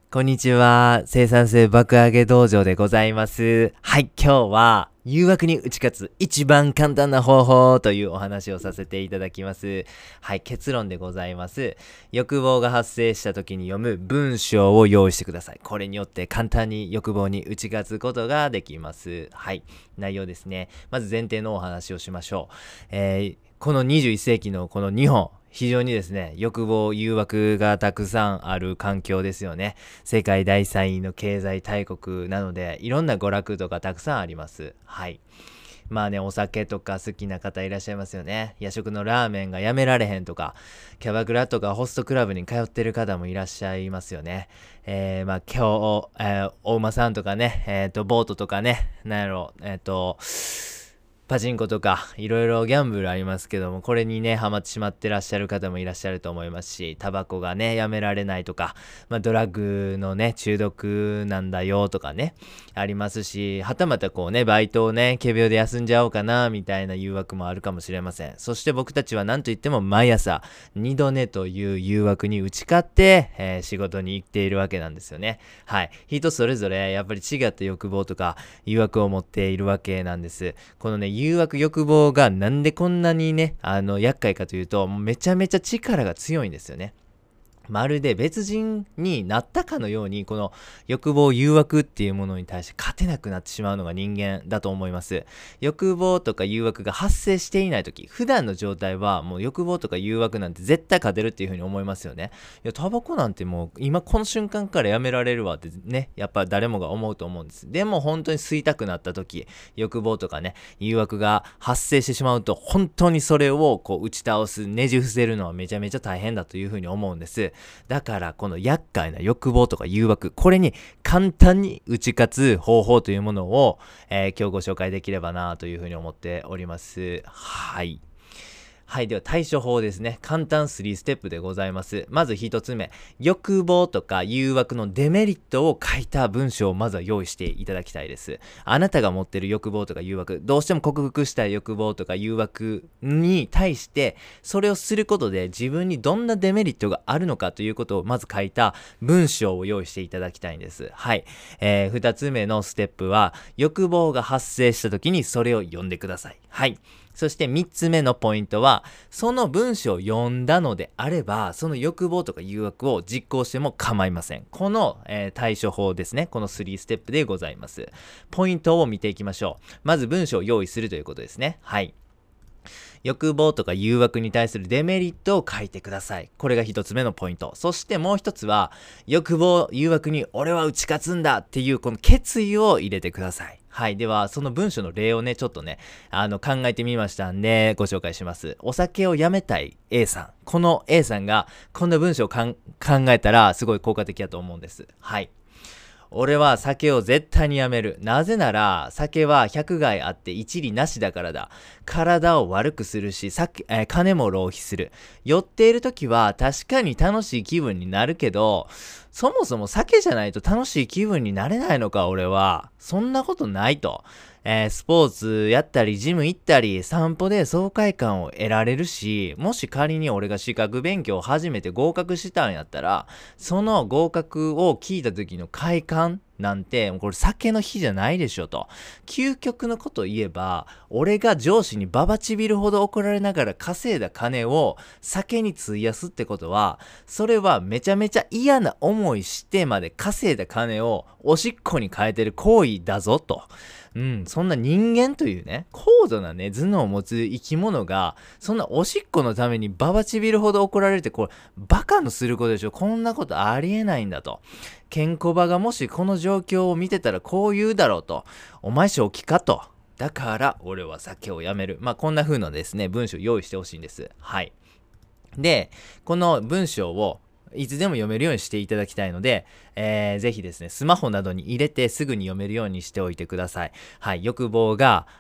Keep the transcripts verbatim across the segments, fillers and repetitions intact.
こんにちは。生産性爆上げ道場でございます。はい、今日は誘惑に打ち勝つ一番簡単な方法というお話をさせていただきます。はい、結論でございます。欲望が発生した時に読む文章を用意してください。これによって簡単に欲望に打ち勝つことができます。はい、内容ですね。まず前提のお話をしましょう。えー、このにじゅういっせいきのこの日本、非常にですね、欲望、誘惑がたくさんある環境ですよね。世界第さんいの経済大国なので、いろんな娯楽とかたくさんあります。はい。まあね、お酒とか好きな方いらっしゃいますよね。夜食のラーメンがやめられへんとか、キャバクラとかホストクラブに通ってる方もいらっしゃいますよね。えー、まあ今日、えー、お馬さんとかね、えっと、ボートとかね、なんやろ、えっと、パチンコとかいろいろギャンブルありますけども、これにねハマってしまってらっしゃる方もいらっしゃると思いますし、タバコがねやめられないとか、まあ、ドラッグのね中毒なんだよとかねありますし、はたまたこうねバイトをね仮病で休んじゃおうかなみたいな誘惑もあるかもしれません。そして僕たちは何と言っても毎朝二度寝という誘惑に打ち勝って、えー、仕事に行っているわけなんですよね。はい、人それぞれやっぱり違った欲望とか誘惑を持っているわけなんです。このね誘惑欲望がなんでこんなにねあの厄介かというと、めちゃめちゃ力が強いんですよね。まるで別人になったかのように、この欲望誘惑っていうものに対して勝てなくなってしまうのが人間だと思います。欲望とか誘惑が発生していない時、普段の状態はもう欲望とか誘惑なんて絶対勝てるっていう風に思いますよね。いやタバコなんてもう今この瞬間からやめられるわってね、やっぱ誰もが思うと思うんです。でも本当に吸いたくなった時、欲望とかね誘惑が発生してしまうと、本当にそれをこう打ち倒す、ねじ伏せるのはめちゃめちゃ大変だという風に思うんです。だからこの厄介な欲望とか誘惑、これに簡単に打ち勝つ方法というものを、えー、今日ご紹介できればなというふうに思っております。はい。はい。では対処法ですね。簡単さんステップでございます。まずひとつめ、欲望とか誘惑のデメリットを書いた文章をまずは用意していただきたいです。あなたが持っている欲望とか誘惑、どうしても克服したい欲望とか誘惑に対して、それをすることで自分にどんなデメリットがあるのかということをまず書いた文章を用意していただきたいんです。はい。えー、ふたつめのステップは、欲望が発生した時にそれを読んでください。はい。そしてみっつめのポイントは、その文章を読んだのであれば、その欲望とか誘惑を実行しても構いません。この、えー、対処法ですね。このさんステップでございます。ポイントを見ていきましょう。まず文章を用意するということですね。はい。欲望とか誘惑に対するデメリットを書いてください。これが一つ目のポイント。そしてもう一つは、欲望、誘惑に俺は打ち勝つんだっていうこの決意を入れてください。はい。では、その文章の例をね、ちょっとね、あの、考えてみましたんで、ご紹介します。お酒をやめたい A さん。この A さんが、こんな文章をかん考えたら、すごい効果的だと思うんです。はい。俺は酒を絶対にやめる。なぜなら、酒は百害あって一理なしだからだ。体を悪くするし、酒えー金も浪費する。酔っている時は確かに楽しい気分になるけど、そもそも酒じゃないと楽しい気分になれないのか、俺は。そんなことないと。えースポーツやったり、ジム行ったり、散歩で爽快感を得られるし、もし仮に俺が資格勉強を始めて合格したんやったら、その合格を聞いた時の快感なんて、これ酒の日じゃないでしょと。究極のことを言えば、俺が上司にババちびるほど怒られながら稼いだ金を酒に費やすってことは、それはめちゃめちゃ嫌な思いしてまで稼いだ金をおしっこに変えてる行為だぞと。うん、そんな人間というね、高度なね、頭脳を持つ生き物が、そんなおしっこのためにババちびるほど怒られるって、これ、バカのすることでしょ。こんなことありえないんだと。ケンコバがもしこの状況を見てたらこう言うだろうと。お前正気かと。だから俺は酒をやめる。まあこんな風なですね、文章を用意してほしいんです。はい。で、この文章をいつでも読めるようにしていただきたいので、えー、ぜひですね、スマホなどに入れてすぐに読めるようにしておいてください。はい、欲望が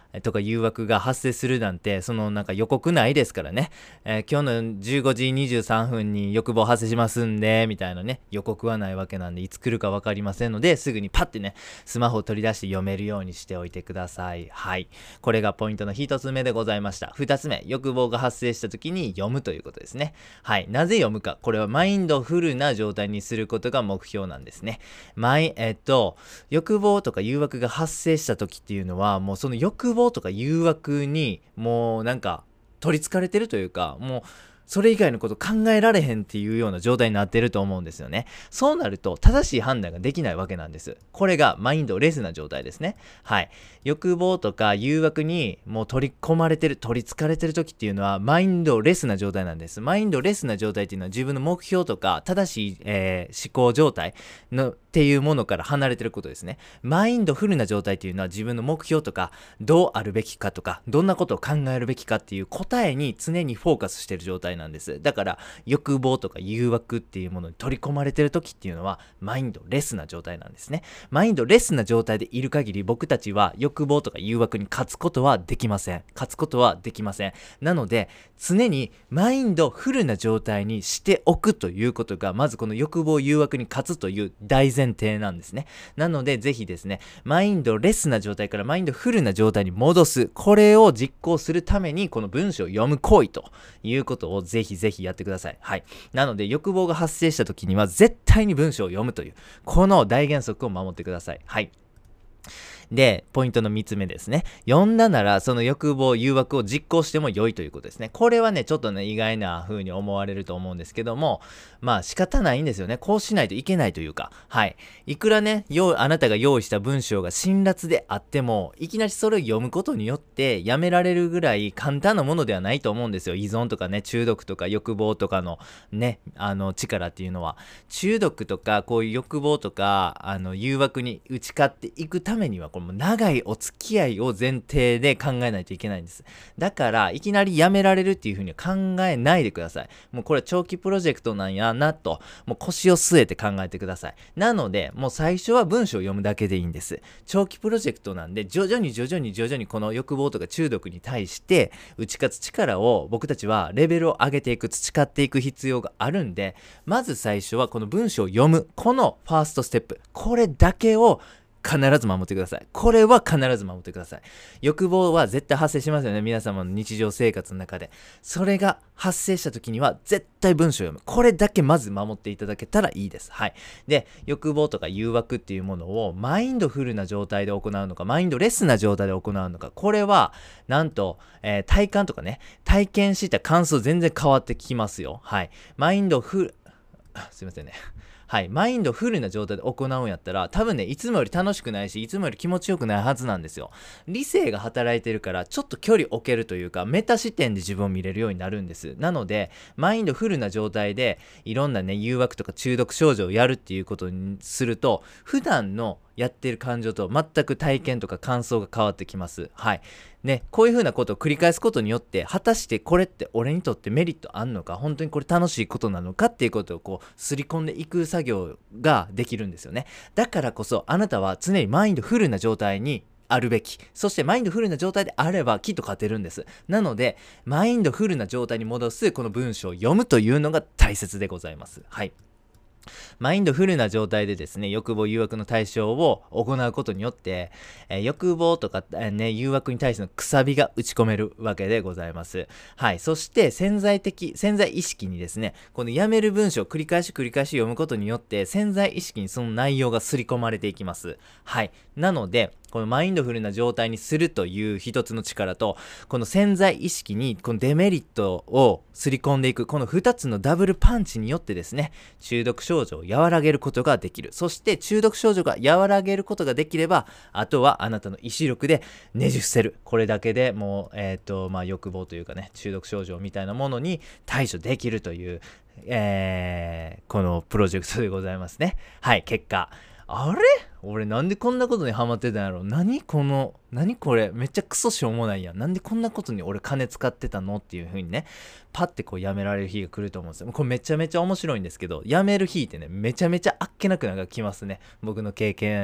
とか誘惑が発生するなんて、そのなんか予告ないですからね。えー今日のじゅうごじにじゅうさんぷんに欲望発生しますんで、みたいなね、予告はないわけなんで、いつ来るかわかりませんので、すぐにパッてね、スマホを取り出して読めるようにしておいてください。はい。これがポイントの一つ目でございました。二つ目、欲望が発生した時に読むということですね。はい。なぜ読むか。これはマインドフルな状態にすることが目標なんですね。マイ、えっと、欲望とか誘惑が発生した時っていうのは、もうその欲望とか誘惑に、もうなんか、取り憑かれてるというか、もう、それ以外のこと考えられへんっていうような状態になってると思うんですよね。そうなると、正しい判断ができないわけなんです。これがマインドレスな状態ですね。はい。欲望とか誘惑にもう取り込まれてる、取り憑かれてる時っていうのは、マインドレスな状態なんです。マインドレスな状態っていうのは自分の目標とか、正しい、えー思考状態のっていうものから離れてることですね。マインドフルな状態っていうのは自分の目標とか、どうあるべきかとか、どんなことを考えるべきかっていう答えに常にフォーカスしてる状態なんです。だから欲望とか誘惑っていうものに取り込まれてる時っていうのはマインドレスな状態なんですね。マインドレスな状態でいる限り僕たちは欲望とか誘惑に勝つことはできません。勝つことはできません。なので常にマインドフルな状態にしておくということがまずこの欲望誘惑に勝つという大前提なんですね。なのでぜひですね、マインドレスな状態からマインドフルな状態に戻す、これを実行するためにこの文章を読む行為ということをぜひぜひやってください。はい。なので欲望が発生した時には絶対に文章を読むというこの大原則を守ってください。はい。で、ポイントのみっつめですね。読んだなら、その欲望、誘惑を実行しても良いということですね。これはね、ちょっとね、意外な風に思われると思うんですけども、まあ仕方ないんですよね。こうしないといけないというか、はい。いくらね、用あなたが用意した文章が辛辣であっても、いきなりそれを読むことによってやめられるぐらい簡単なものではないと思うんですよ。依存とかね、中毒とか欲望とかのね、あの力っていうのは。中毒とか、こういう欲望とか、あの誘惑に打ち勝っていくためには、これもう長いお付き合いを前提で考えないといけないんです。だからいきなりやめられるっていう風には考えないでください。もうこれ長期プロジェクトなんやなと、もう腰を据えて考えてください。なのでもう最初は文章を読むだけでいいんです。長期プロジェクトなんで徐々に徐々に徐々にこの欲望とか中毒に対して打ち勝つ力を僕たちはレベルを上げていく、培っていく必要があるんで、まず最初はこの文章を読む、このファーストステップ、これだけを必ず守ってください。これは必ず守ってください。欲望は絶対発生しますよね。皆様の日常生活の中で。それが発生した時には絶対文章を読む。これだけまず守っていただけたらいいです。はい。で、欲望とか誘惑っていうものをマインドフルな状態で行うのか、マインドレスな状態で行うのか、これはなんと、えー体感とかね、体験した感想全然変わってきますよ。はい。マインドフル、すいませんね。はい、マインドフルな状態で行うんやったら多分ね、いつもより楽しくないし、いつもより気持ちよくないはずなんですよ。理性が働いてるからちょっと距離置けるというか、メタ視点で自分を見れるようになるんです。なのでマインドフルな状態でいろんなね、誘惑とか中毒症状をやるっていうことにすると、普段のやってる感情と全く体験とか感想が変わってきます。はい。ね、こういう風なことを繰り返すことによって、果たしてこれって俺にとってメリットあんのか、本当にこれ楽しいことなのかっていうことをこう、すり込んでいく作業ができるんですよね。だからこそ、あなたは常にマインドフルな状態にあるべき。そしてマインドフルな状態であればきっと勝てるんです。なので、マインドフルな状態に戻すこの文章を読むというのが大切でございます。はい。マインドフルな状態でですね、欲望誘惑の対象を行うことによって、えー欲望とか、えーね、誘惑に対してのくさびが打ち込めるわけでございます。はい。そして潜在的、潜在意識にですね、このやめる文章を繰り返し繰り返し読むことによって、潜在意識にその内容が刷り込まれていきます。はい。なので、このマインドフルな状態にするという一つの力と、この潜在意識にこのデメリットを刷り込んでいく、この二つのダブルパンチによってですね、中毒症状を和らげることができる。そして中毒症状が和らげることができれば、あとはあなたの意志力でねじ伏せる。これだけでもう、えっと、まあ、欲望というかね、中毒症状みたいなものに対処できるという、えー、このプロジェクトでございますね。はい、結果。あれ俺なんでこんなことにハマってたんやろ。何この何これめっちゃクソしょうもないやん。なんでこんなことに俺金使ってたのっていう風にね、パッてこうやめられる日が来ると思うんですよ。これめちゃめちゃ面白いんですけど、やめる日ってね、めちゃめちゃあっけなくなんか来ますね。僕の経験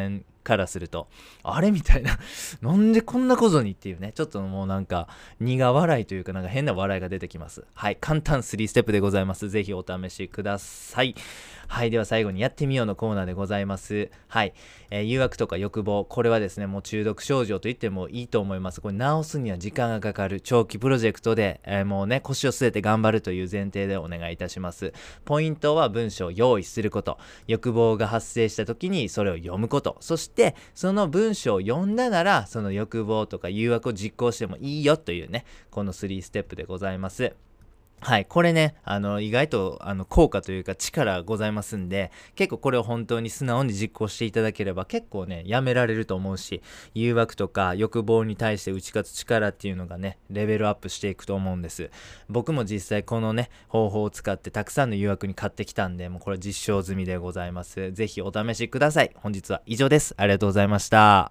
からすると、あれみたいななんでこんなことにっていうね、ちょっともうなんか苦笑いというか、なんか変な笑いが出てきます。はい、簡単スリーステップでございます。ぜひお試しください。はい、では最後にやってみようのコーナーでございます。はい、えー、誘惑とか欲望、これはですね、もう中毒症状と言ってもいいと思います。これ治すには時間がかかる長期プロジェクトで、えー、もうね、腰を据えて頑張るという前提でお願いいたします。ポイントは文章を用意すること、欲望が発生した時にそれを読むこと、そしてその文章を読んだならその欲望とか誘惑を実行してもいいよというね、このスリーステップでございます。はい、これね、あの意外とあの効果というか力ございますんで、結構これを本当に素直に実行していただければ結構ね、やめられると思うし、誘惑とか欲望に対して打ち勝つ力っていうのがね、レベルアップしていくと思うんです。僕も実際このね、方法を使ってたくさんの誘惑に勝ってきたんで、もうこれ実証済みでございます。ぜひお試しください。本日は以上です。ありがとうございました。